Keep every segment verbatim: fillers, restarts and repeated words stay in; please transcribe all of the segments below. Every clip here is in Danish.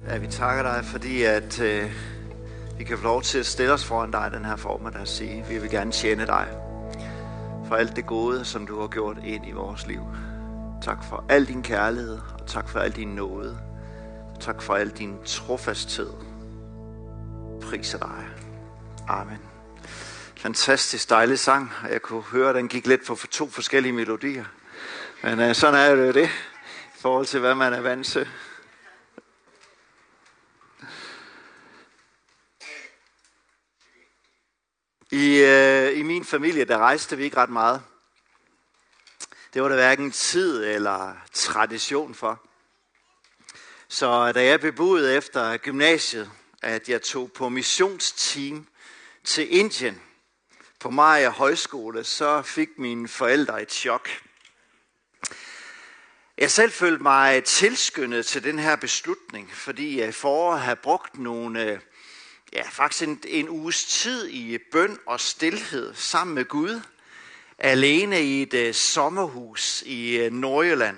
Ja, vi takker dig, fordi at øh, vi kan få lov til at stille os foran dig den her formiddag og sige, vi vil gerne tjene dig for alt det gode, som du har gjort ind i vores liv. Tak for al din kærlighed, og tak for al din nåde. Tak for al din trofasthed. Priser dig. Amen. Fantastisk dejlig sang. Jeg kunne høre, at den gik lidt på to forskellige melodier. Men øh, sådan er det jo det, i forhold til hvad man er vant til. I, øh, I min familie, der rejste vi ikke ret meget. Det var der hverken tid eller tradition for. Så da jeg bebudede efter gymnasiet, at jeg tog på missionsteam til Indien på Maja Højskole, så fik mine forældre et chok. Jeg selv følte mig tilskyndet til den her beslutning, fordi jeg i foråret havde brugt nogle, ja, faktisk en, en uges tid i bøn og stilhed sammen med Gud, alene i et uh, sommerhus i uh, Nordjylland.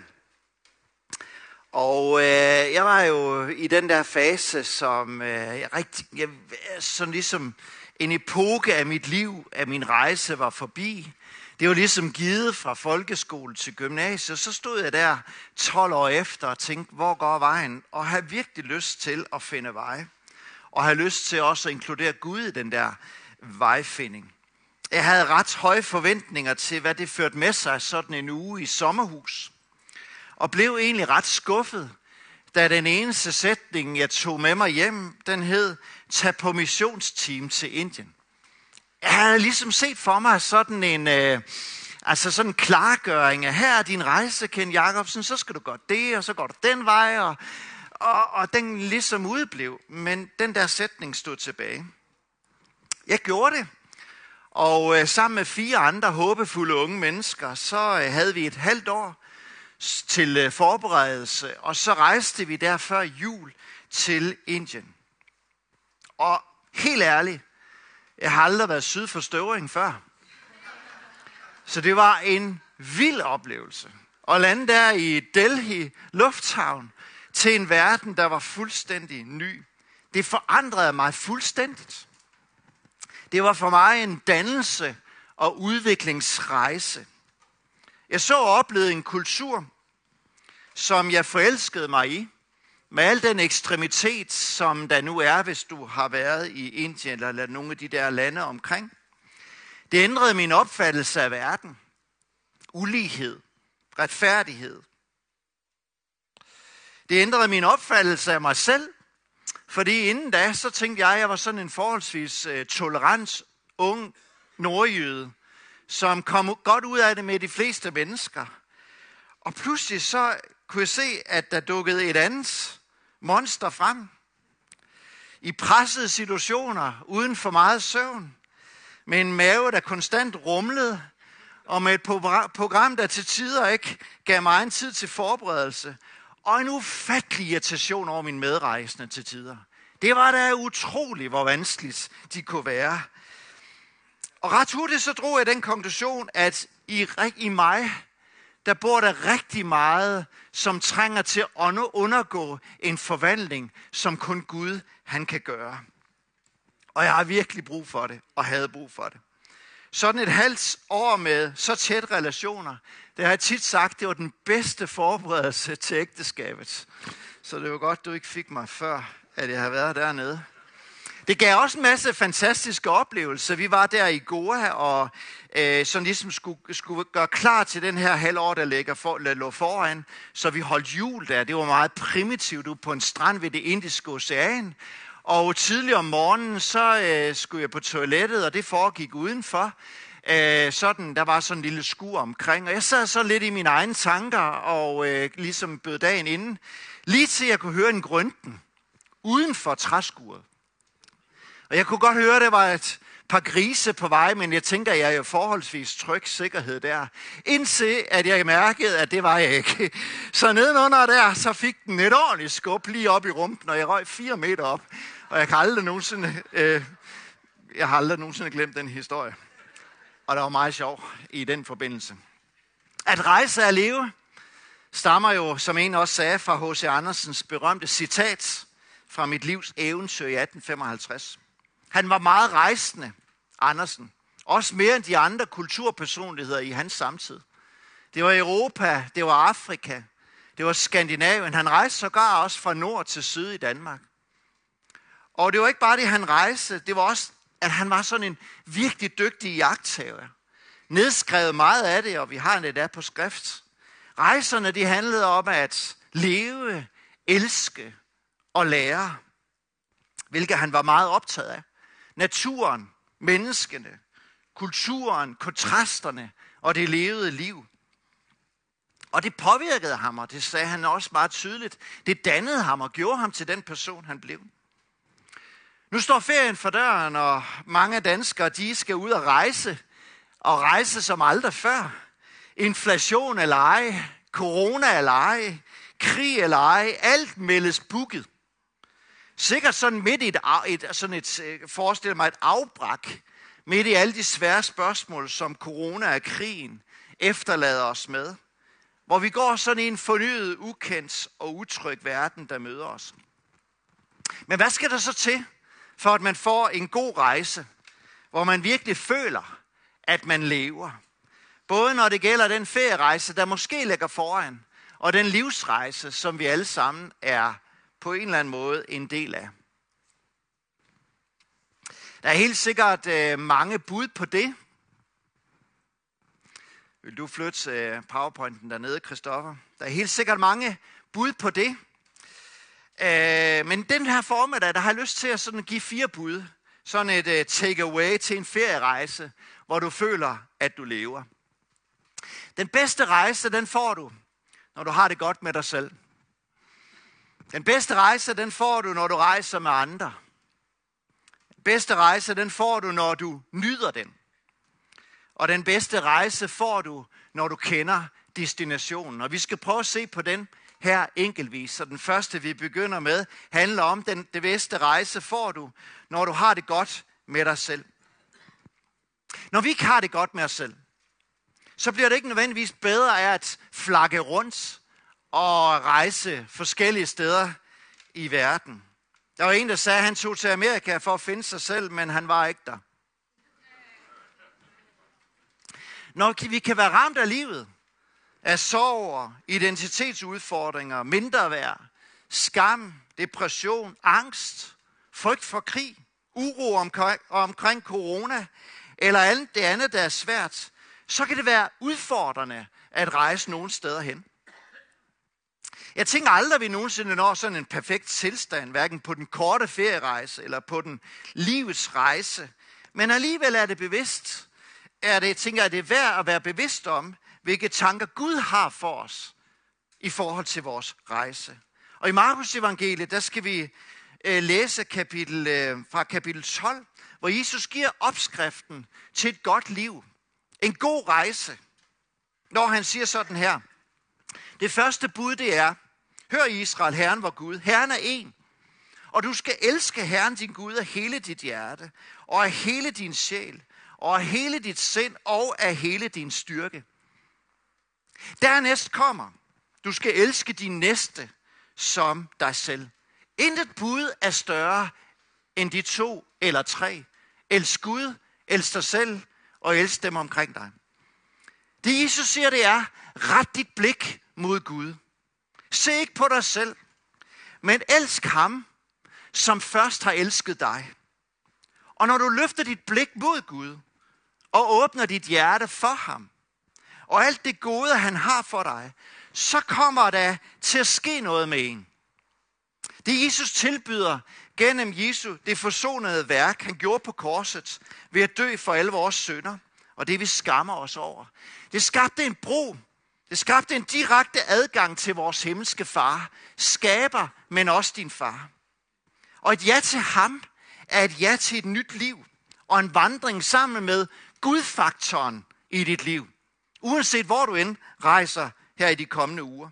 Og øh, jeg var jo i den der fase, som øh, jeg rigtig, jeg, sådan ligesom en epoke af mit liv, af min rejse var forbi. Det var ligesom givet fra folkeskole til gymnasiet. Så stod jeg der tolv år efter og tænkte, hvor går vejen? Og havde virkelig lyst til at finde veje. Og havde lyst til også at inkludere Gud i den der vejfinding. Jeg havde ret høje forventninger til, hvad det førte med sig sådan en uge i sommerhus. Og blev egentlig ret skuffet, da den eneste sætning, jeg tog med mig hjem, den hed, tag på missionsteam til Indien. Jeg havde ligesom set for mig sådan en, øh, altså sådan en klargøring af, her er din rejse, Ken Jacobsen, så skal du gøre det, og så går du den vej, og, og, og den ligesom udeblev. Men den der sætning stod tilbage. Jeg gjorde det, og øh, sammen med fire andre håbefulde unge mennesker, så øh, havde vi et halvt år til forberedelse, og så rejste vi der før jul til Indien. Og helt ærligt, jeg har aldrig været syd for Støvring før. Så det var en vild oplevelse. At lande der i Delhi Lufthavn til en verden, der var fuldstændig ny. Det forandrede mig fuldstændigt. Det var for mig en dannelse og udviklingsrejse. Jeg så og oplevede en kultur, som jeg forelskede mig i, med al den ekstremitet, som der nu er, hvis du har været i Indien eller nogle af de der lande omkring. Det ændrede min opfattelse af verden. Ulighed, retfærdighed. Det ændrede min opfattelse af mig selv, fordi inden da, så tænkte jeg, at jeg var sådan en forholdsvis uh, tolerant, ung nordjyde, som kom godt ud af det med de fleste mennesker. Og pludselig så kunne jeg se, at der dukkede et andet monster frem. I pressede situationer, uden for meget søvn, med en mave, der konstant rumlede, og med et program, der til tider ikke gav mig en tid til forberedelse, og en ufattelig irritation over mine medrejsende til tider. Det var da utroligt, hvor vanskeligt de kunne være. Og ret hurtigt så drog jeg den konklusion, at i, i mig, der bor der rigtig meget, som trænger til at undergå en forvandling, som kun Gud han kan gøre. Og jeg har virkelig brug for det, og havde brug for det. Sådan et halvt år med så tæt relationer, det har jeg tit sagt, det var den bedste forberedelse til ægteskabet. Så det var godt, du ikke fik mig før, at jeg har været dernede. Det gav også en masse fantastiske oplevelser. Vi var der i Goa og øh, sådan ligesom skulle, skulle gøre klar til den her halvår, der ligger for, der lå foran. Så vi holdt jul der. Det var meget primitivt ude på en strand ved det Indiske Ocean. Og tidligere om morgenen, så øh, skulle jeg på toilettet, og det foregik udenfor. Øh, sådan, der var sådan en lille skur omkring. Og jeg sad så lidt i mine egne tanker og øh, ligesom bød dagen inden. Lige til jeg kunne høre en grønten uden for træskuret. Og jeg kunne godt høre, at det var et par grise på vej, men jeg tænker, at jeg er jo forholdsvis tryg sikkerhed der. Indtil at jeg mærkede, at det var jeg ikke. Så nedenunder der, så fik den et ordentligt skub lige op i rumpen, og jeg røg fire meter op. Og jeg kan aldrig nogensinde, øh, jeg har aldrig nogensinde glemt den historie. Og det var meget sjovt i den forbindelse. At rejse er at leve stammer jo, som en også sagde, fra H C Andersens berømte citat, fra mit livs eventyr i atten femoghalvtreds. Han var meget rejsende, Andersen. Også mere end de andre kulturpersonligheder i hans samtid. Det var Europa, det var Afrika, det var Skandinavien. Han rejste sågar også fra nord til syd i Danmark. Og det var ikke bare det, han rejste, det var også, at han var sådan en virkelig dygtig iagttager. Nedskrevet meget af det, og vi har det der på skrift. Rejserne, de handlede om at leve, elske og lære, hvilket han var meget optaget af. Naturen, menneskene, kulturen, kontrasterne og det levede liv. Og det påvirkede ham, og det sagde han også meget tydeligt. Det dannede ham og gjorde ham til den person, han blev. Nu står ferien for døren, og mange danskere, de skal ud og rejse, og rejse som aldrig før. Inflation eller ej, corona eller ej, krig eller ej, alt meldes booket. Sikkert sådan midt i et, et, sådan et, forestil mig et afbræk, midt i alle de svære spørgsmål, som corona og krigen efterlader os med. Hvor vi går sådan i en fornyet, ukendt og utryg verden, der møder os. Men hvad skal der så til, for at man får en god rejse, hvor man virkelig føler, at man lever? Både når det gælder den ferierejse, der måske ligger foran, og den livsrejse, som vi alle sammen er på en eller anden måde en del af. Der er helt sikkert øh, mange bud på det. Vil du flytte øh, powerpointen dernede, Christoffer? Der er helt sikkert mange bud på det. Øh, men den her formiddag, der har jeg lyst til at sådan give fire bud. Sådan et uh, take-away til en ferierejse, hvor du føler, at du lever. Den bedste rejse, den får du, når du har det godt med dig selv. Den bedste rejse, den får du, når du rejser med andre. Den bedste rejse, den får du, når du nyder den. Og den bedste rejse får du, når du kender destinationen. Og vi skal prøve at se på den her enkeltvis. Så den første, vi begynder med, handler om, den det bedste rejse får du, når du har det godt med dig selv. Når vi ikke har det godt med os selv, så bliver det ikke nødvendigvis bedre af at flakke rundt og rejse forskellige steder i verden. Der var en, der sagde, at han tog til Amerika for at finde sig selv, men han var ikke der. Når vi kan være ramt af livet, af sorg, identitetsudfordringer, mindreværd, skam, depression, angst, frygt for krig, uro omkring, omkring corona, eller alt det andet, der er svært, så kan det være udfordrende at rejse nogle steder hen. Jeg tænker aldrig, at vi nogensinde når sådan en perfekt tilstand, hverken på den korte ferierejse eller på den livets rejse. Men alligevel er det bevidst, er det, tænker jeg, det er værd at være bevidst om, hvilke tanker Gud har for os i forhold til vores rejse. Og i Markus evangeliet, der skal vi øh, læse kapitel, øh, fra kapitel tolv, hvor Jesus giver opskriften til et godt liv. En god rejse, når han siger sådan her. Det første bud, det er, hør Israel, Herren vor Gud, Herren er en. Og du skal elske Herren din Gud af hele dit hjerte, og af hele din sjæl, og af hele dit sind, og af hele din styrke. Dernæst kommer, du skal elske din næste som dig selv. Intet bud er større end de to eller tre. Elsk Gud, elsk dig selv, og elsk dem omkring dig. Det Jesus siger, det er, ret dit blik mod Gud. Se ikke på dig selv, men elsk ham, som først har elsket dig. Og når du løfter dit blik mod Gud, og åbner dit hjerte for ham, og alt det gode, han har for dig, så kommer der til at ske noget med en. Det Jesus tilbyder gennem Jesu, det forsonede værk, han gjorde på korset, ved at dø for alle vores synder, og det vi skammer os over. Det skabte en bro. Det skabte en direkte adgang til vores himmelske far, skaber, men også din far. Og et ja til ham er et ja til et nyt liv, og en vandring sammen med Gud-faktoren i dit liv. Uanset hvor du end rejser her i de kommende uger.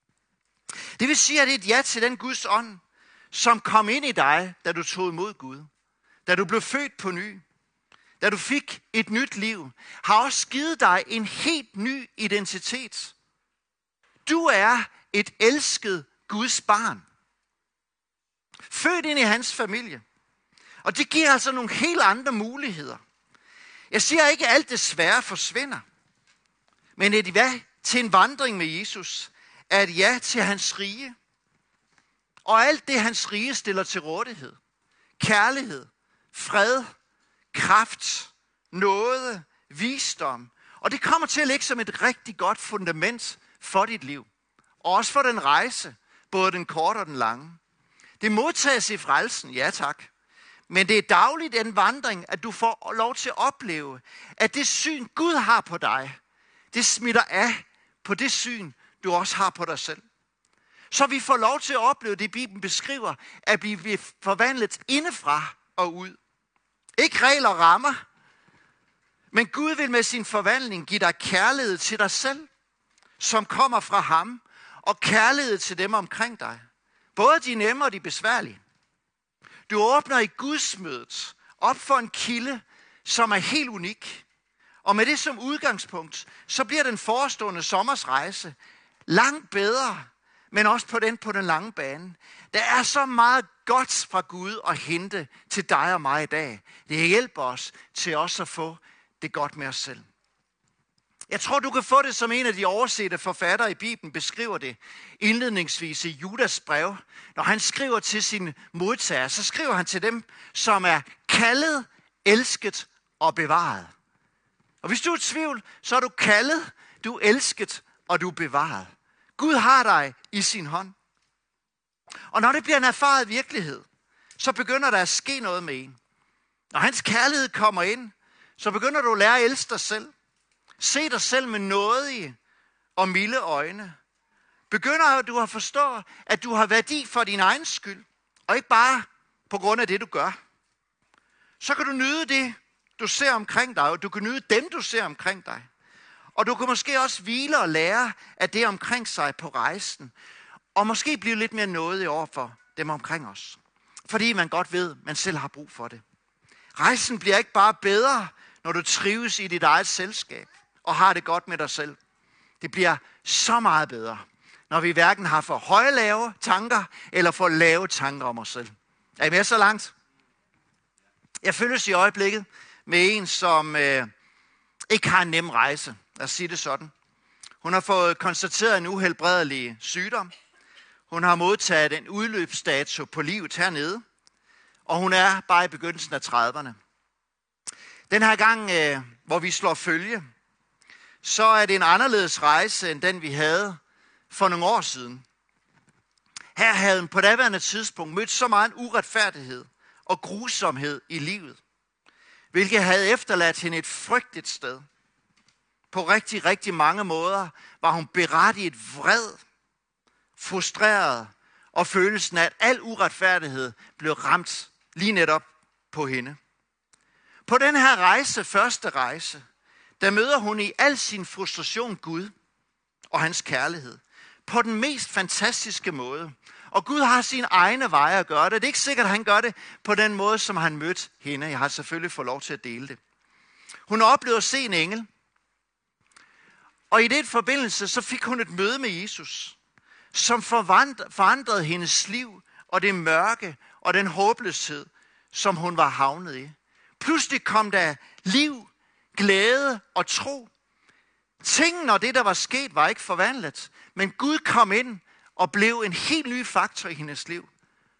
Det vil sige, at det er et ja til den Guds ånd, som kom ind i dig, da du tog imod Gud. Da du blev født på ny. Da du fik et nyt liv, har også givet dig en helt ny identitet. Du er et elsket Guds barn. Født ind i hans familie. Og det giver altså nogle helt andre muligheder. Jeg siger ikke, at alt det svære forsvinder. Men et ja til en vandring med Jesus er et ja til hans rige. Og alt det, hans rige stiller til rådighed. Kærlighed, fred, kraft, nåde, visdom. Og det kommer til at ligge som et rigtig godt fundament for dit liv. Og også for den rejse, både den korte og den lange. Det modtages i frelsen, ja tak. Men det er dagligt en vandring, at du får lov til at opleve, at det syn, Gud har på dig, det smitter af på det syn, du også har på dig selv. Så vi får lov til at opleve det, Bibelen beskriver, at blive forvandlet indefra og ud. Ikke regler og rammer, men Gud vil med sin forvandling give dig kærlighed til dig selv, som kommer fra ham, og kærlighed til dem omkring dig. Både de nemme og de besværlige. Du åbner i Gudsmødet op for en kilde, som er helt unik. Og med det som udgangspunkt, så bliver den forestående sommersrejse langt bedre, men også på den på den lange bane. Der er så meget godt fra Gud at hente til dig og mig i dag. Det hjælper os til også at få det godt med os selv. Jeg tror, du kan få det, som en af de oversete forfattere i Bibelen beskriver det indledningsvis i Judas brev. Når han skriver til sine modtagere, så skriver han til dem, som er kaldet, elsket og bevaret. Og hvis du er i tvivl, så er du kaldet, du er elsket og du er bevaret. Gud har dig i sin hånd. Og når det bliver en erfaret virkelighed, så begynder der at ske noget med en. Når hans kærlighed kommer ind, så begynder du at lære at elske dig selv. Se dig selv med nådige og milde øjne. Begynder du at forstå, at du har værdi for din egen skyld, og ikke bare på grund af det, du gør. Så kan du nyde det, du ser omkring dig, og du kan nyde dem, du ser omkring dig. Og du kan måske også hvile og lære af det omkring sig på rejsen, og måske blive lidt mere nådig over for dem omkring os. Fordi man godt ved, at man selv har brug for det. Rejsen bliver ikke bare bedre, når du trives i dit eget selskab og har det godt med dig selv. Det bliver så meget bedre, når vi hverken har for høje lave tanker eller for lave tanker om os selv. Er I med så langt? Jeg følges i øjeblikket med en, som øh, ikke har en nem rejse. Lad os sige det sådan. Hun har fået konstateret en uhelbredelig sygdom. Hun har modtaget en udløbsdato på livet hernede. Og hun er bare i begyndelsen af trediverne. Den her gang, øh, hvor vi slår følge, så er det en anderledes rejse, end den vi havde for nogle år siden. Her havde hun på daværende tidspunkt mødt så meget uretfærdighed og grusomhed i livet, hvilket havde efterladt hende et frygteligt sted. På rigtig, rigtig mange måder var hun berettiget vred, frustreret og følelsen af, at al uretfærdighed blev ramt lige netop på hende. På den her rejse, første rejse, der møder hun i al sin frustration Gud og hans kærlighed. På den mest fantastiske måde. Og Gud har sine egne veje at gøre det. Det er ikke sikkert, at han gør det på den måde, som han mødte hende. Jeg har selvfølgelig fået lov til at dele det. Hun oplevede at se en engel. Og i det forbindelse, så fik hun et møde med Jesus, som forandrede hendes liv og det mørke og den håbløshed, som hun var havnet i. Pludselig kom der liv, glæde og tro. Tingene og det, der var sket, var ikke forvandlet. Men Gud kom ind og blev en helt ny faktor i hendes liv.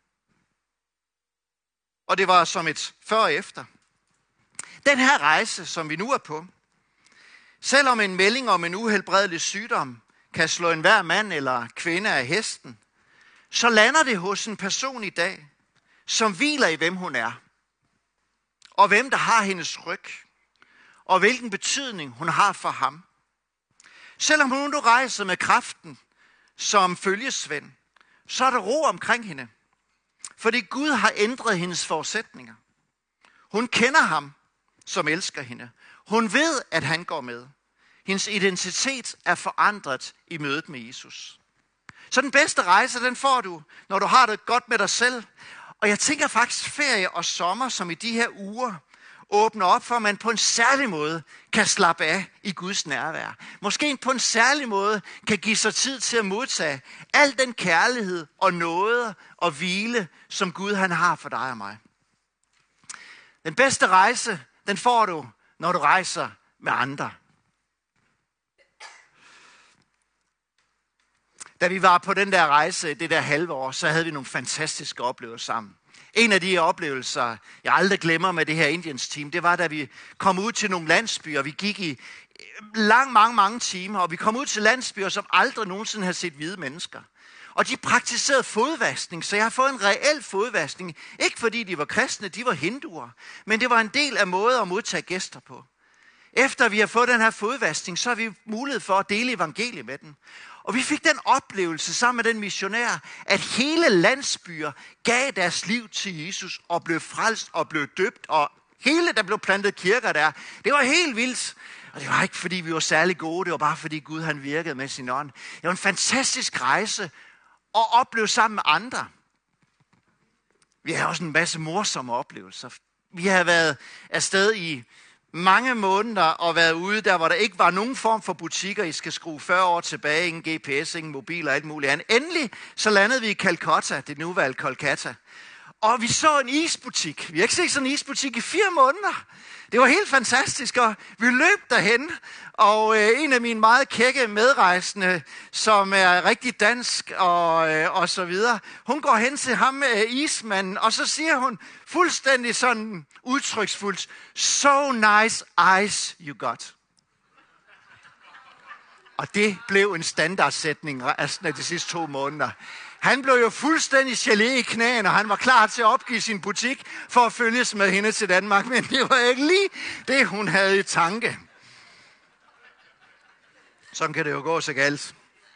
Og det var som et før og efter. Den her rejse, som vi nu er på, selvom en melding om en uhelbredelig sygdom kan slå enhver mand eller kvinde af hesten, så lander det hos en person i dag, som hviler i, hvem hun er. Og hvem der har hendes ryg. Og hvilken betydning hun har for ham. Selvom hun nu rejser med kraften som følgesvend, så er der ro omkring hende. Fordi Gud har ændret hendes forudsætninger. Hun kender ham, som elsker hende. Hun ved, at han går med. Hendes identitet er forandret i mødet med Jesus. Så den bedste rejse, den får du, når du har det godt med dig selv. Og jeg tænker faktisk ferie og sommer, som i de her uger, åbner op for, at man på en særlig måde kan slappe af i Guds nærvær. Måske på en særlig måde kan give sig tid til at modtage al den kærlighed og nåde og hvile, som Gud han har for dig og mig. Den bedste rejse, den får du, når du rejser med andre. Da vi var på den der rejse, det der halve år, så havde vi nogle fantastiske oplevelser sammen. En af de oplevelser, jeg aldrig glemmer med det her Indiens team, det var, da vi kom ud til nogle landsbyer. Vi gik i lang, mange, mange timer, og vi kom ud til landsbyer, som aldrig nogensinde havde set hvide mennesker. Og de praktiserede fodvaskning, så jeg har fået en reel fodvaskning. Ikke fordi de var kristne, de var hinduer, men det var en del af måden at modtage gæster på. Efter vi har fået den her fodvaskning, så har vi mulighed for at dele evangeliet med den. Og vi fik den oplevelse sammen med den missionær, at hele landsbyer gav deres liv til Jesus og blev frelst og blev døbt. Og hele, der blev plantet kirker der, det var helt vildt. Og det var ikke fordi vi var særlig gode, det var bare fordi Gud han virkede med sin ånd. Det var en fantastisk rejse at opleve sammen med andre. Vi har også en masse morsomme oplevelser. Vi har været afsted i mange måneder og været ude der, hvor der ikke var nogen form for butikker. I skal skrue fyrre år tilbage, ingen G P S, ingen mobil og alt muligt andet. Endelig så landede vi i Calcutta, det nuværende Kolkata. Og vi så en isbutik. Vi har ikke set sådan en isbutik i fire måneder. Det var helt fantastisk, og vi løb derhen. Og øh, en af mine meget kække medrejsende, som er rigtig dansk og, øh, og så videre, hun går hen til ham, øh, ismanden, og så siger hun fuldstændig sådan udtryksfuldt, "So nice eyes you got." Og det blev en standardsætning resten af de sidste to måneder. Han blev jo fuldstændig gelé i knæene, og han var klar til at opgive sin butik for at følges med hende til Danmark. Men det var ikke lige det, hun havde i tanke. Sådan kan det jo gå så galt.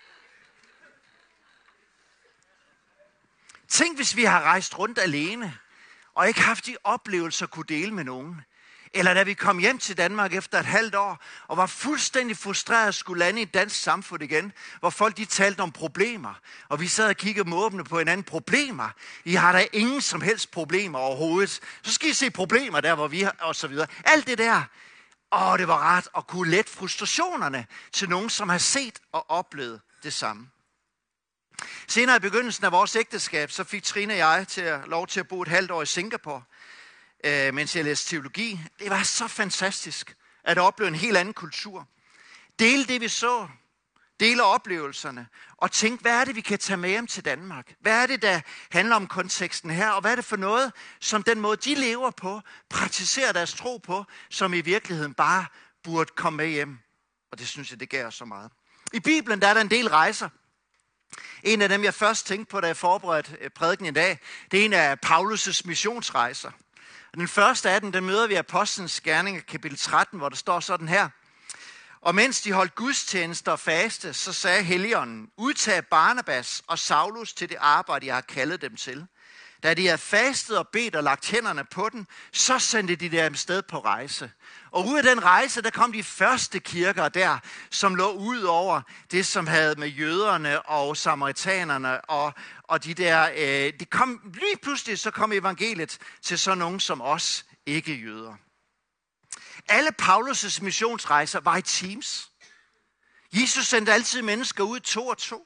Tænk, hvis vi har rejst rundt alene, og ikke haft de oplevelser at kunne dele med nogen. Eller da vi kom hjem til Danmark efter et halvt år, og var fuldstændig frustreret at skulle lande i et dansk samfund igen, hvor folk de talte om problemer, og vi sad og kiggede måbende på hinanden. Problemer? I har da ingen som helst problemer overhovedet. Så skal I se problemer der, hvor vi har, og så videre. Alt det der. Åh, det var rart at kunne lette frustrationerne til nogen, som har set og oplevet det samme. Senere i begyndelsen af vores ægteskab, så fik Trine og jeg til at, lov til at bo et halvt år i Singapore, øh, mens jeg læste teologi. Det var så fantastisk at opleve en helt anden kultur. Dele det, vi så. Dele oplevelserne. Og tænke, hvad er det, vi kan tage med hjem til Danmark? Hvad er det, der handler om konteksten her? Og hvad er det for noget, som den måde, de lever på, praktiserer deres tro på, som i virkeligheden bare burde komme med hjem? Og det synes jeg, det gav os så meget. I Bibelen der er der en del rejser. En af dem, jeg først tænkte på, da jeg forberedte prædiken i dag, det er en af Paulus' missionsrejser. Den første af dem, den møder vi i Apostlenes Gerninger, kapitel tretten, hvor der står sådan her. Og mens de holdt gudstjenester og faste, så sagde Helligånden, udtag Barnabas og Saulus til det arbejde, jeg har kaldet dem til. Da de havde fastet og bedt og lagt hænderne på den, så sendte de dem sted på rejse. Og ud af den rejse, der kom de første kirker der, som lå ud over det, som havde med jøderne og samaritanerne og, og de der, øh, de kom, lige pludselig så kom evangeliet til sådan nogen som os, ikke jøder. Alle Paulus' missionsrejser var i teams. Jesus sendte altid mennesker ud to og to.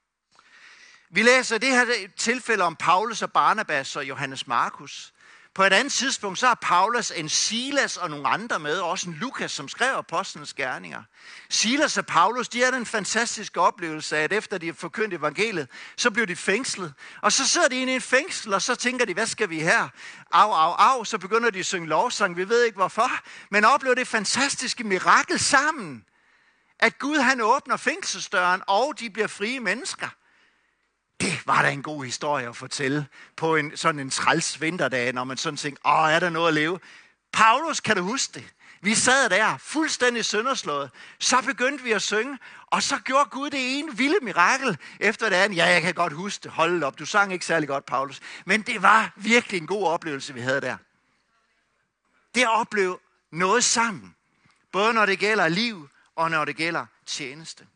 Vi læser det her tilfælde om Paulus og Barnabas og Johannes Markus. På et andet tidspunkt, så har Paulus en Silas og nogle andre med, og også en Lukas, som skrev Apostlenes Gerninger. Silas og Paulus, de havde en fantastisk oplevelse af, at efter de har forkyndt evangeliet, så blev de fængslet. Og så sidder de inde i en fængsel, og så tænker de, hvad skal vi her? Au, au, au, så begynder de at synge lovsang, vi ved ikke hvorfor, men oplever det fantastiske mirakel sammen. At Gud han åbner fængselsdøren, og de bliver frie mennesker. Det var da en god historie at fortælle på en, sådan en træls vinterdag, når man sådan tænker, åh, er der noget at leve? Paulus, kan du huske det? Vi sad der, fuldstændig sønderslået. Så begyndte vi at synge, og så gjorde Gud det ene vilde mirakel efter det andet. Ja, jeg kan godt huske det. Hold op, du sang ikke særlig godt, Paulus. Men det var virkelig en god oplevelse, vi havde der. Det at opleve noget sammen. Både når det gælder liv, og når det gælder tjeneste.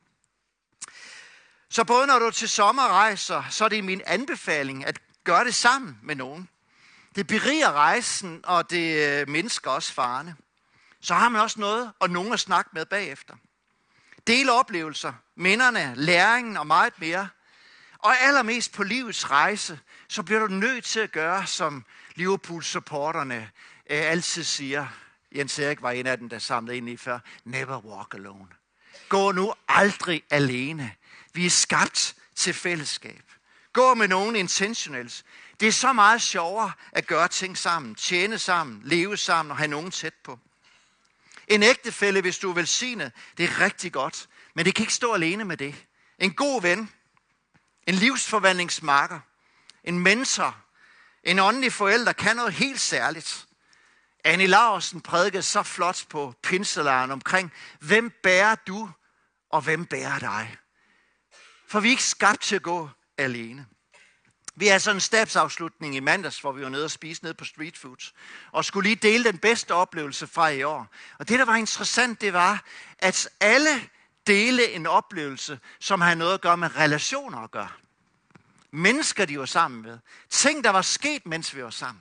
Så både når du til sommerrejser, så er det min anbefaling at gøre det sammen med nogen. Det beriger rejsen, og det mindsker også farerne. Så har man også noget og nogen at snakke med bagefter. Dele oplevelser, minderne, læringen og meget mere. Og allermest på livets rejse, så bliver du nødt til at gøre, som Liverpool-supporterne øh, altid siger. Jens Erik var en af dem, der samlede ind i før. Never walk alone. Gå nu aldrig alene. Vi er skabt til fællesskab. Gå med nogen intentionelt. Det er så meget sjovere at gøre ting sammen, tjene sammen, leve sammen og have nogen tæt på. En ægtefælle, hvis du er velsignet, det er rigtig godt, men det kan ikke stå alene med det. En god ven, en livsforvandlingsmarker, en mentor, en åndelig forælder kan noget helt særligt. Annie Laursen prædikede så flot på pinselejren omkring, hvem bærer du, og hvem bærer dig? For vi er ikke skabt til at gå alene. Vi havde sådan en stabsafslutning i mandags, hvor vi var nede og spise nede på Street Foods, og skulle lige dele den bedste oplevelse fra i år. Og det, der var interessant, det var, at alle dele en oplevelse, som havde noget at gøre med relationer at gøre. Mennesker, de var sammen med. Ting, der var sket, mens vi var sammen.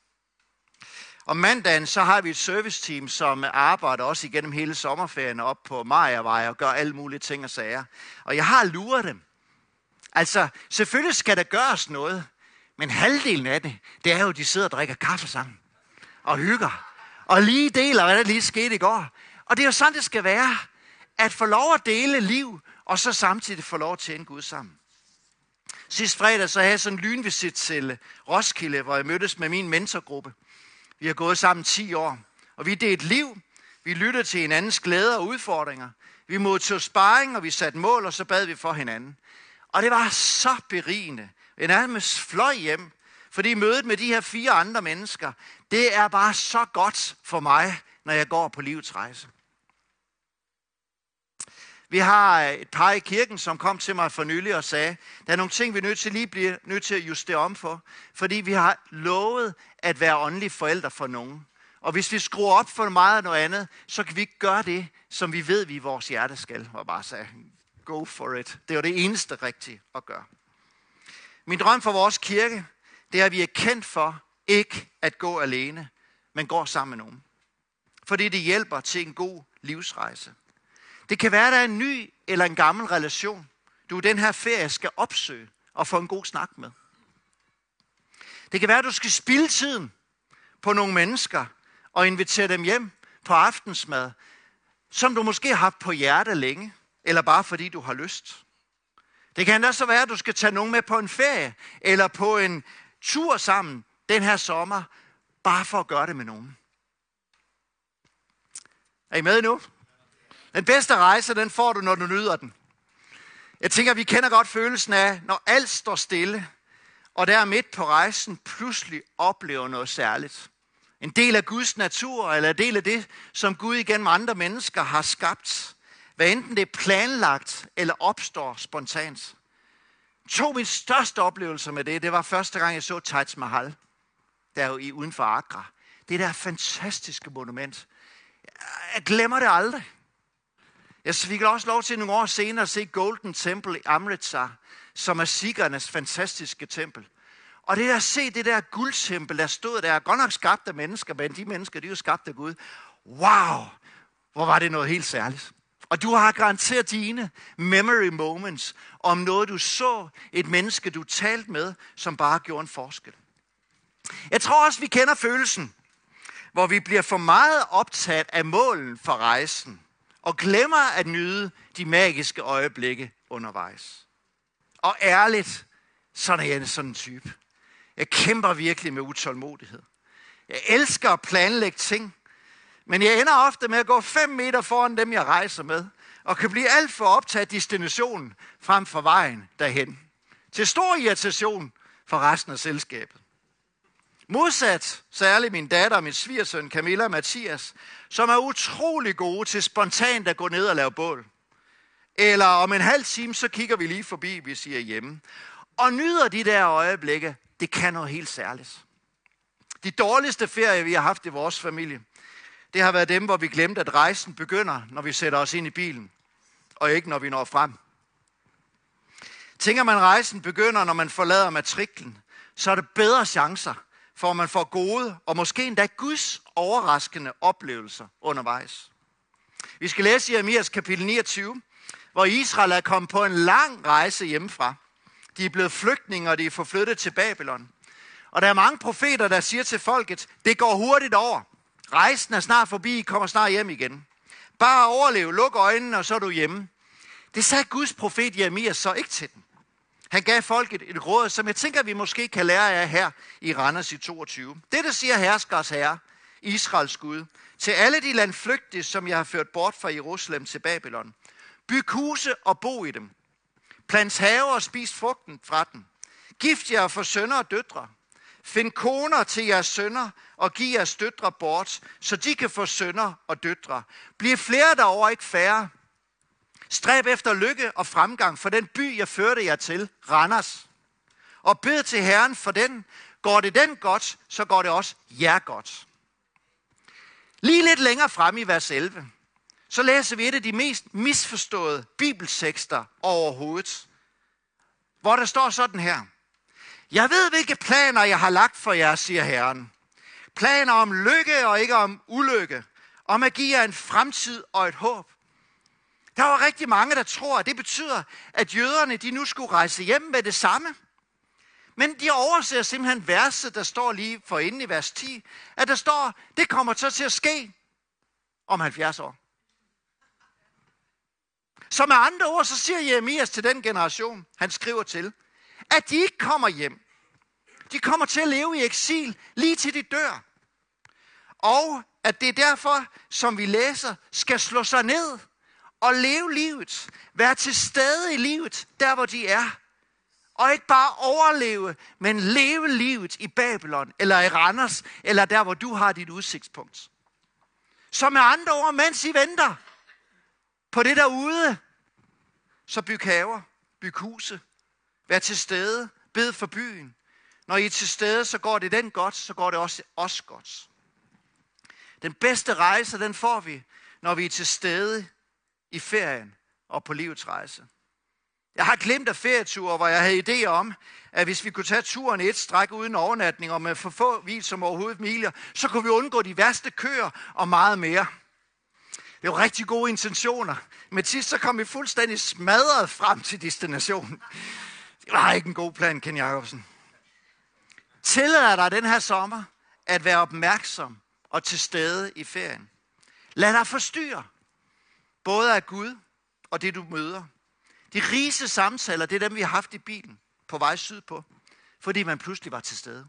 Om mandagen, så har vi et serviceteam, som arbejder også igennem hele sommerferien op på Mariavej og gør alle mulige ting og sager. Og jeg har luret dem. Altså, selvfølgelig skal der gøres noget, men halvdelen af det, det er jo, at de sidder og drikker kaffe sammen og hygger. Og lige deler, hvad der lige skete i går. Og det er jo sådan, det skal være, at få lov at dele liv, og så samtidig få lov at tjene Gud sammen. Sidste fredag, så havde jeg sådan en lynvisit til Roskilde, hvor jeg mødtes med min mentorgruppe. Vi har gået sammen ti år, og vi delte liv. Vi lyttede til hinandens glæder og udfordringer. Vi modtog sparring, og vi satte mål, og så bad vi for hinanden. Og det var så berigende. Jeg nærmest fløj hjem, fordi mødet med de her fire andre mennesker, det er bare så godt for mig, når jeg går på livets rejse. Vi har et par i kirken, som kom til mig for nylig og sagde, der er nogle ting, vi er nødt til lige bliver nødt til at justere om for, fordi vi har lovet at være åndelige forældre for nogen. Og hvis vi skruer op for meget og noget andet, så kan vi ikke gøre det, som vi ved, vi i vores hjerte skal. Og bare sige, go for it. Det er det eneste rigtige at gøre. Min drøm for vores kirke, det er, at vi er kendt for ikke at gå alene, men går sammen med nogen. Fordi det hjælper til en god livsrejse. Det kan være, at der er en ny eller en gammel relation, du den her ferie skal opsøge og få en god snak med. Det kan være, at du skal spilde tiden på nogle mennesker og invitere dem hjem på aftensmad, som du måske har haft på hjerte længe, eller bare fordi du har lyst. Det kan også være, at du skal tage nogen med på en ferie, eller på en tur sammen den her sommer, bare for at gøre det med nogen. Er I med nu? Den bedste rejse, den får du, når du nyder den. Jeg tænker, vi kender godt følelsen af, når alt står stille, og der midt på rejsen pludselig oplever noget særligt. En del af Guds natur, eller en del af det, som Gud igennem andre mennesker har skabt. Hvad enten det er planlagt, eller opstår spontant. To af mine største oplevelser med det, det var første gang, jeg så Taj Mahal, der jo i uden for Agra. Det der fantastiske monument. Jeg glemmer det aldrig. Jeg fik også lov til nogle år senere at se Golden Temple i Amritsar, som er sikhernes fantastiske tempel. Og det der at se det der guldtempel, der stod der, godt nok skabt af mennesker, men de mennesker, de er jo skabt af Gud. Wow, hvor var det noget helt særligt. Og du har garanteret dine memory moments om noget, du så, et menneske, du talte med, som bare gjorde en forskel. Jeg tror også, vi kender følelsen, hvor vi bliver for meget optaget af målen for rejsen, og glemmer at nyde de magiske øjeblikke undervejs. Og ærligt, sådan er jeg sådan en type. Jeg kæmper virkelig med utålmodighed. Jeg elsker at planlægge ting, men jeg ender ofte med at gå fem meter foran dem, jeg rejser med, og kan blive alt for optaget af destinationen frem for vejen derhen. Til stor irritation for resten af selskabet. Modsat særligt min datter og min svigersøn Camilla og Mathias, som er utrolig gode til spontant at gå ned og lave bål. Eller om en halv time, så kigger vi lige forbi, hvis I er hjemme. Og nyder de der øjeblikke, det kan noget helt særligt. De dårligste ferier, vi har haft i vores familie, det har været dem, hvor vi glemte, at rejsen begynder, når vi sætter os ind i bilen, og ikke når vi når frem. Tænker man, at rejsen begynder, når man forlader matriklen, så er det bedre chancer for man får gode og måske endda Guds overraskende oplevelser undervejs. Vi skal læse i Jeremias kapitel niogtyve, hvor Israel er kommet på en lang rejse hjemmefra. De er blevet flygtninge, og de er forflyttet til Babylon. Og der er mange profeter, der siger til folket, det går hurtigt over. Rejsen er snart forbi, I kommer snart hjem igen. Bare overlev, luk øjnene, og så er du hjemme. Det sagde Guds profet Jeremias så ikke til dem. Han gav folket et råd, som jeg tænker, vi måske kan lære af her i Randers i toogtyve. Dette siger herskers herre, Israels Gud, til alle de landflygtige, som jeg har ført bort fra Jerusalem til Babylon. Byg huse og bo i dem. Plant haver og spis frugten fra dem. Gift jer for sønner og døtre. Find koner til jeres sønner og giv jeres døtre bort, så de kan få sønner og døtre. Bliv flere derover, ikke færre. Stræb efter lykke og fremgang for den by, jeg førte jer til, Randers. Og bed til Herren for den. Går det den godt, så går det også jer godt. Lige lidt længere frem i vers elleve, så læser vi et af de mest misforståede bibeltekster overhovedet, hvor der står sådan her. Jeg ved, hvilke planer jeg har lagt for jer, siger Herren. Planer om lykke og ikke om ulykke. Om at give jer en fremtid og et håb. Der var rigtig mange, der tror, at det betyder, at jøderne de nu skulle rejse hjem med det samme. Men de overser simpelthen verset, der står lige forinden i vers ti, at der står, det kommer så til at ske om halvfjerds år. Så med andre ord, så siger Jeremias til den generation, han skriver til, at de ikke kommer hjem. De kommer til at leve i eksil, lige til de dør. Og at det er derfor, som vi læser, skal slå sig ned og leve livet. Være til stede i livet, der hvor de er. Og ikke bare overleve, men leve livet i Babylon, eller i Randers, eller der hvor du har dit udsigtspunkt. Så med andre ord, mens I venter på det derude, så byg haver, byg huse, vær til stede, bed for byen. Når I er til stede, så går det den godt, så går det også os godt. Den bedste rejse, den får vi, når vi er til stede i ferien og på livets rejse. Jeg har glemt af ferieture, hvor jeg havde idéer om, at hvis vi kunne tage turen et stræk uden overnatning og med for få hvil som overhovedet miler, så kunne vi undgå de værste køer og meget mere. Det var rigtig gode intentioner, men sidst så kom vi fuldstændig smadret frem til destinationen. Det var ikke en god plan, Ken Jacobsen. Tillader dig den her sommer at være opmærksom og til stede i ferien. Lad dig forstyrre, både af Gud og det du møder. De rigeste samtaler, det er dem vi har haft i bilen på vej sydpå, fordi man pludselig var til stede.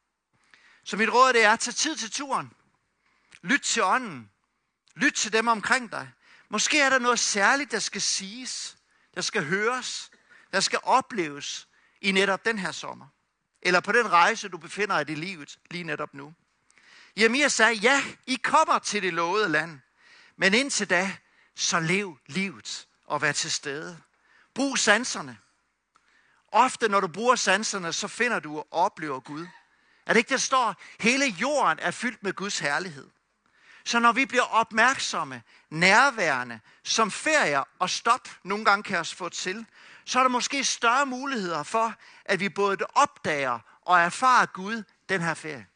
Så mit råd det er, tag tid til turen. Lyt til ånden. Lyt til dem omkring dig. Måske er der noget særligt, der skal siges, der skal høres, der skal opleves i netop den her sommer. Eller på den rejse, du befinder dig i livet lige netop nu. Jeremias sagde, ja, I kommer til det lovede land. Men indtil da, så lev livet og vær til stede. Brug sanserne. Ofte når du bruger sanserne, så finder du og oplever Gud. Er det ikke, der står, hele jorden er fyldt med Guds herlighed. Så når vi bliver opmærksomme, nærværende, som ferier og stop nogle gange kan os få til, så er der måske større muligheder for, at vi både opdager og erfarer Gud den her ferie.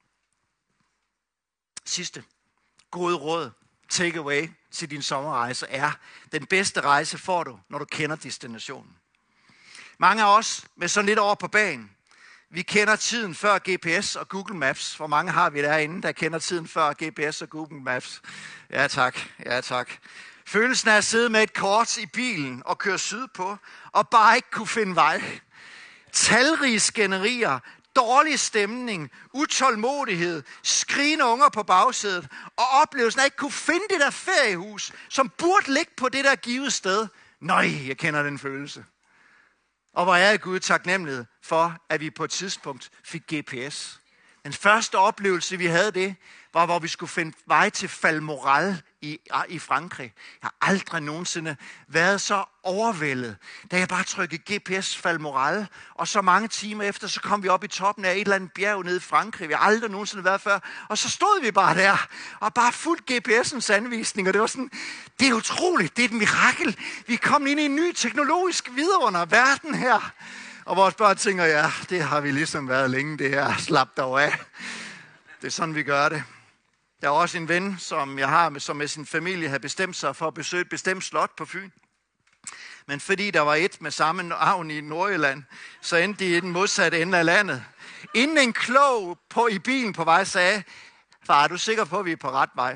Sidste gode råd, take away til din sommerrejse er, den bedste rejse får du, når du kender destinationen. Mange af os med sådan lidt over på banen, vi kender tiden før G P S og Google Maps. Hvor mange har vi derinde, der kender tiden før G P S og Google Maps? Ja tak, ja tak. Følelsen af at sidde med et kort i bilen og køre sydpå, og bare ikke kunne finde vej. Talrige skænderier, dårlig stemning, utålmodighed, skrigende unger på bagsædet, og oplevelsen af at ikke kunne finde det der feriehus, som burde ligge på det der givet sted. Nøj, jeg kender den følelse. Og hvor er Gud taknemmelighed for, at vi på et tidspunkt fik G P S. Den første oplevelse, vi havde det, var, hvor vi skulle finde vej til Falmoral i, i Frankrig. Jeg har aldrig nogensinde været så overvældet, da jeg bare trykkede G P S Falmoral, og så mange timer efter, så kom vi op i toppen af et eller andet bjerg nede i Frankrig. Vi har aldrig nogensinde været før, og så stod vi bare der, og bare fuldt G P S'ens anvisning, og det var sådan, det er utroligt, det er et mirakel. Vi er kommet ind i en ny teknologisk vidunder verden her. Og vores børn tænker, ja, det har vi ligesom været længe, det her. Slap dog af. Det er sådan, vi gør det. Der er også en ven, som jeg har, som med sin familie har bestemt sig for at besøge et bestemt slot på Fyn. Men fordi der var et med samme navn i Nordjylland, så endte de i den modsatte ende af landet. Inden en klog på, i bilen på vej sagde, far, er du sikker på, at vi er på ret vej?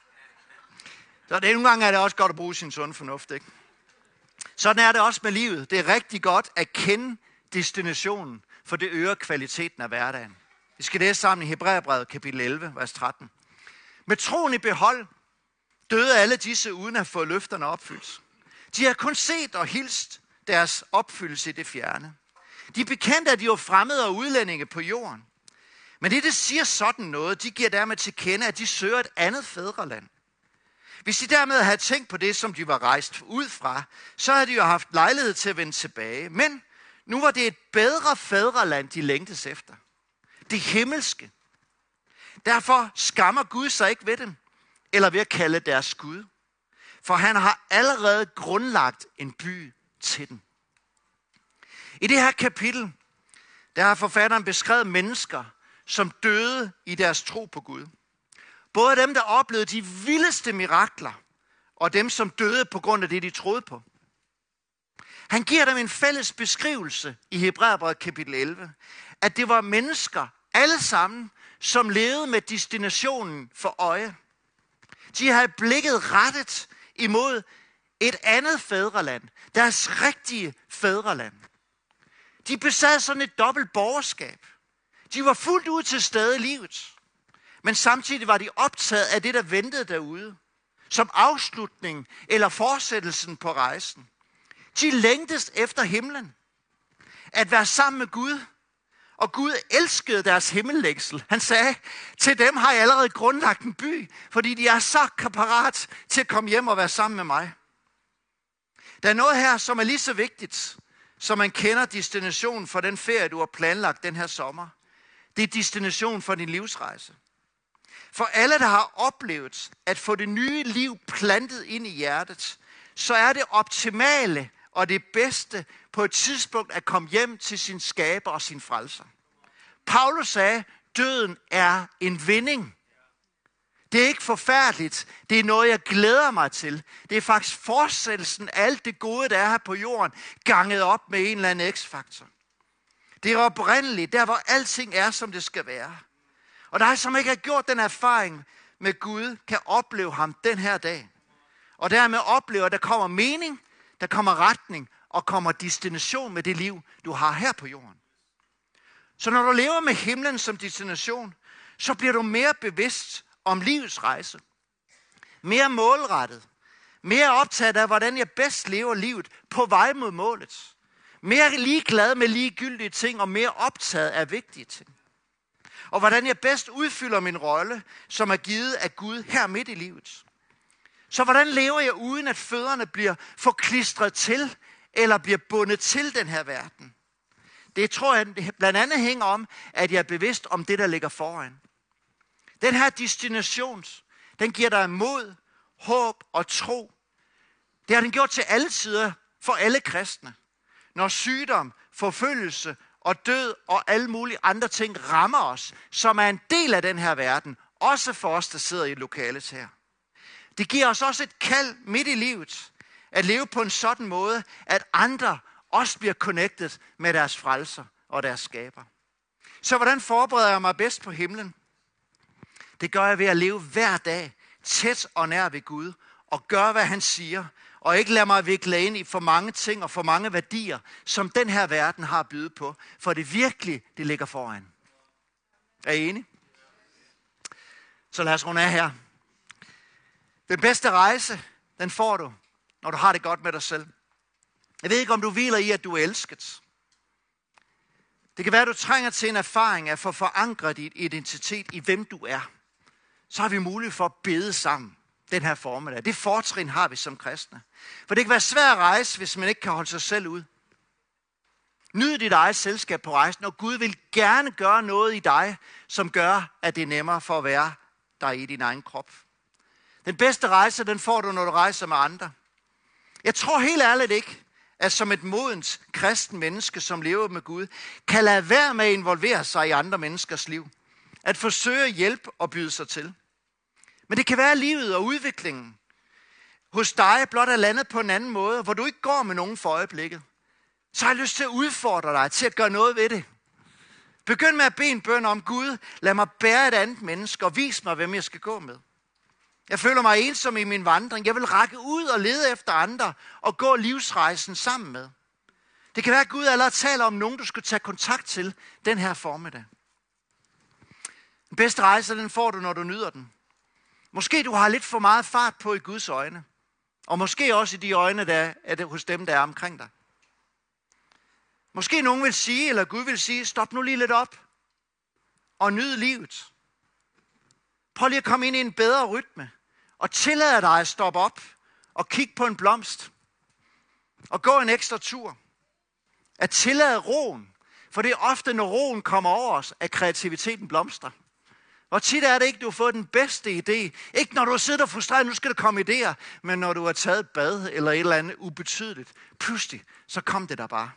Så det, nogle gange er det også godt at bruge sin sunde fornuft, ikke? Sådan er det også med livet. Det er rigtig godt at kende destinationen, for det øger kvaliteten af hverdagen. Vi skal læse sammen i Hebræerbrevet kapitel elleve, vers tretten. Med troen i behold døde alle disse uden at få løfterne opfyldt. De har kun set og hilst deres opfyldelse i det fjerne. De bekendte, at de var fremmede og udlændinge på jorden. Men det, det siger sådan noget, de giver dermed til kende, at de søger et andet fædreland. Hvis de dermed havde tænkt på det, som de var rejst ud fra, så havde de jo haft lejlighed til at vende tilbage. Men nu var det et bedre fædreland, de længtes efter. Det himmelske. Derfor skammer Gud sig ikke ved dem, eller ved at kalde deres Gud. For han har allerede grundlagt en by til dem. I det her kapitel, der har forfatteren beskrevet mennesker, som døde i deres tro på Gud. Både dem, der oplevede de vildeste mirakler, og dem, som døde på grund af det, de troede på. Han giver dem en fælles beskrivelse i Hebræerbrevet kapitel elleve, at det var mennesker, alle sammen, som levede med destinationen for øje. De havde blikket rettet imod et andet fædreland, deres rigtige fædreland. De besad sådan et dobbelt borgerskab. De var fuldt ud til stede i livet, men samtidig var de optaget af det, der ventede derude, som afslutning eller fortsættelsen på rejsen. De længtes efter himlen, at være sammen med Gud, og Gud elskede deres himmellængsel. Han sagde, til dem har jeg allerede grundlagt en by, fordi de er så parat til at komme hjem og være sammen med mig. Der er noget her, som er lige så vigtigt, som man kender destinationen for den ferie, du har planlagt den her sommer. Det er destinationen for din livsrejse. For alle, der har oplevet at få det nye liv plantet ind i hjertet, så er det optimale og det bedste på et tidspunkt at komme hjem til sin skaber og sin frelser. Paulus sagde, døden er en vinding. Det er ikke forfærdeligt. Det er noget, jeg glæder mig til. Det er faktisk fortsættelsen af alt det gode, der er her på jorden, ganget op med en eller anden x-faktor. Det er oprindeligt, der hvor alting er, som det skal være. Og der, som ikke har gjort den erfaring med Gud, kan opleve ham den her dag. Og dermed opleve, at der kommer mening, der kommer retning, og kommer destination med det liv, du har her på jorden. Så når du lever med himlen som destination, så bliver du mere bevidst om livets rejse. Mere målrettet. Mere optaget af, hvordan jeg bedst lever livet på vej mod målet. Mere ligeglad med ligegyldige ting, og mere optaget af vigtige ting. Og hvordan jeg bedst udfylder min rolle, som er givet af Gud her midt i livet. Så hvordan lever jeg uden at fødderne bliver forklistret til, eller bliver bundet til den her verden? Det tror jeg blandt andet hænger om, at jeg er bevidst om det, der ligger foran. Den her destination, den giver dig mod, håb og tro. Det har den gjort til alle tider for alle kristne. Når sygdom, forfølgelse og død og alle mulige andre ting rammer os, som er en del af den her verden, også for os, der sidder i lokalet her. Det giver os også et kald midt i livet, at leve på en sådan måde, at andre også bliver connected med deres frelser og deres skaber. Så hvordan forbereder jeg mig bedst på himlen? Det gør jeg ved at leve hver dag tæt og nær ved Gud, og gøre, hvad han siger, og ikke lade mig vikle ind i for mange ting og for mange værdier, som den her verden har at byde på, for det virkelig, det ligger foran. Er I enige? Så lad os runde af her. Den bedste rejse, den får du, når du har det godt med dig selv. Jeg ved ikke, om du hviler i, at du er elsket. Det kan være, at du trænger til en erfaring af at få forankret din identitet i, hvem du er. Så har vi mulighed for at bede sammen den her formiddag. Det fortrin har vi som kristne. For det kan være svært at rejse, hvis man ikke kan holde sig selv ud. Nyd dit eget selskab på rejsen, og Gud vil gerne gøre noget i dig, som gør, at det er nemmere for at være der i din egen krop. Den bedste rejse, den får du, når du rejser med andre. Jeg tror helt ærligt ikke, at som et modent kristen menneske, som lever med Gud, kan lade være med at involvere sig i andre menneskers liv. At forsøge at hjælpe og byde sig til. Men det kan være, at livet og udviklingen hos dig blot er landet på en anden måde, hvor du ikke går med nogen for øjeblikket. Så har jeg lyst til at udfordre dig til at gøre noget ved det. Begynd med at bede en bøn om Gud. Lad mig bære et andet menneske og vis mig, hvem jeg skal gå med. Jeg føler mig ensom i min vandring. Jeg vil række ud og lede efter andre og gå livsrejsen sammen med. Det kan være, at Gud allerede taler om nogen, du skal tage kontakt til den her formiddag. Den bedste rejse, den får du, når du nyder den. Måske du har lidt for meget fart på i Guds øjne. Og måske også i de øjne, der er det hos dem, der er omkring dig. Måske nogen vil sige, eller Gud vil sige, stop nu lige lidt op og nyd livet. Prøv lige at komme ind i en bedre rytme og tillade dig at stoppe op og kigge på en blomst og gå en ekstra tur. At tillade roen, for det er ofte, når roen kommer over os, at kreativiteten blomstrer. Hvor tit er det ikke, du har fået den bedste idé. Ikke når du sidder frustreret, nu skal der komme idéer, men når du har taget et bad eller et eller andet ubetydeligt. Pludselig, så kom det der bare.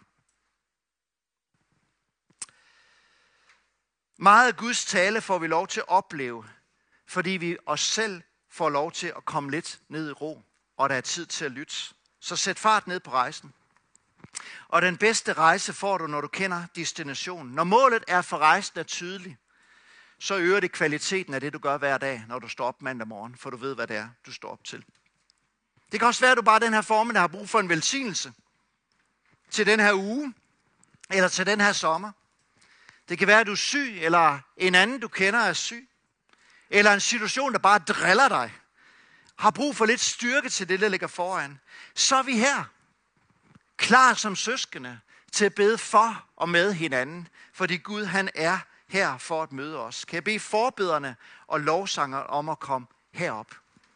Meget af Guds tale får vi lov til at opleve, fordi vi os selv får lov til at komme lidt ned i ro, og der er tid til at lytte. Så sæt fart ned på rejsen. Og den bedste rejse får du, når du kender destinationen. Når målet er for rejsen er tydeligt, så øger det kvaliteten af det, du gør hver dag, når du står op mandag morgen, for du ved, hvad det er, du står op til. Det kan også være, at du bare den her formiddag har brug for en velsignelse til den her uge, eller til den her sommer. Det kan være, at du er syg, eller en anden, du kender, er syg. Eller en situation, der bare driller dig. Har brug for lidt styrke til det, der ligger foran. Så er vi her. Klar som søskende til at bede for og med hinanden. Fordi Gud, han er her for at møde os. Kan jeg bede forbederne og lovsanger om at komme herop.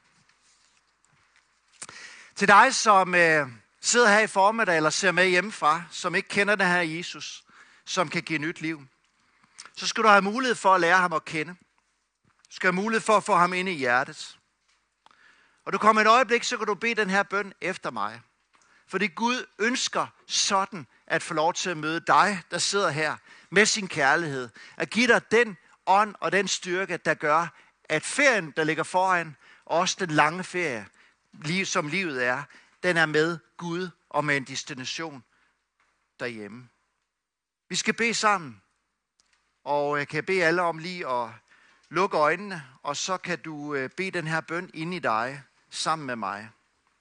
Til dig, som øh, sidder her i formiddag, eller ser med hjemmefra, som ikke kender den her Jesus, som kan give nyt liv, så skal du have mulighed for at lære ham at kende. Du skal have mulighed for at få ham ind i hjertet. Og du kommer et øjeblik, så kan du bede den her bøn efter mig. Fordi Gud ønsker sådan at få lov til at møde dig, der sidder her med sin kærlighed. At give dig den ånd og den styrke, der gør, at ferien, der ligger foran, og også den lange ferie, som livet er, den er med Gud og med en destination derhjemme. Vi skal bede sammen, og jeg kan bede alle om lige at lukke øjnene, og så kan du bede den her bøn ind i dig, sammen med mig.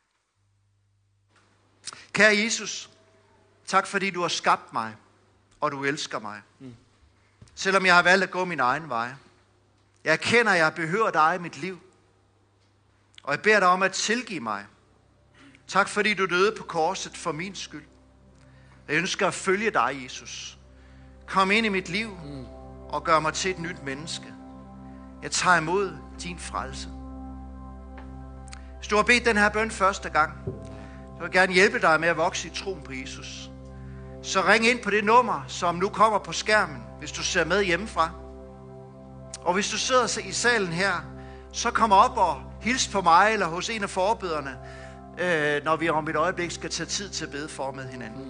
Kære Jesus, tak fordi du har skabt mig, og du elsker mig. Mm. Selvom jeg har valgt at gå min egen vej. Jeg erkender, at jeg behøver dig i mit liv. Og jeg beder dig om at tilgive mig. Tak fordi du døde på korset for min skyld. Jeg ønsker at følge dig, Jesus. Kom ind i mit liv mm. og gør mig til et nyt menneske. Jeg tager imod din frelse. Hvis du har bedt den her bøn første gang, så vil jeg gerne hjælpe dig med at vokse i troen på Jesus. Så ring ind på det nummer, som nu kommer på skærmen, hvis du ser med hjemmefra. Og hvis du sidder i salen her, så kom op og hils på mig eller hos en af forbederne, øh, når vi om et øjeblik skal tage tid til at bede for med hinanden.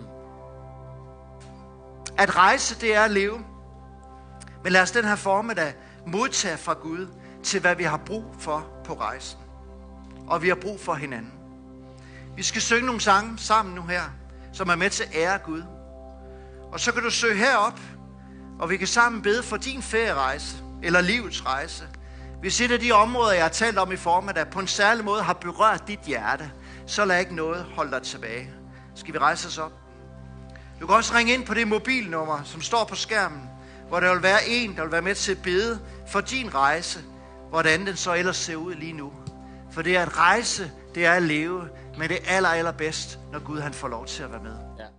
At rejse, det er at leve. Men lad os den her formiddag modtage fra Gud til, hvad vi har brug for på rejsen. Og vi har brug for hinanden. Vi skal synge nogle sange sammen nu her, som er med til at ære Gud. Og så kan du søge herop, og vi kan sammen bede for din ferierejse, eller livets rejse. Hvis et af de områder, jeg har talt om i formiddag, på en særlig måde har berørt dit hjerte, så lad ikke noget holde dig tilbage. Skal vi rejse os op? Du kan også ringe ind på det mobilnummer, som står på skærmen, hvor der vil være en, der vil være med til at bede for din rejse, hvordan den så ellers ser ud lige nu. For det er at rejse, det er at leve, men det er aller, allerbedst, når Gud han får lov til at være med. Ja.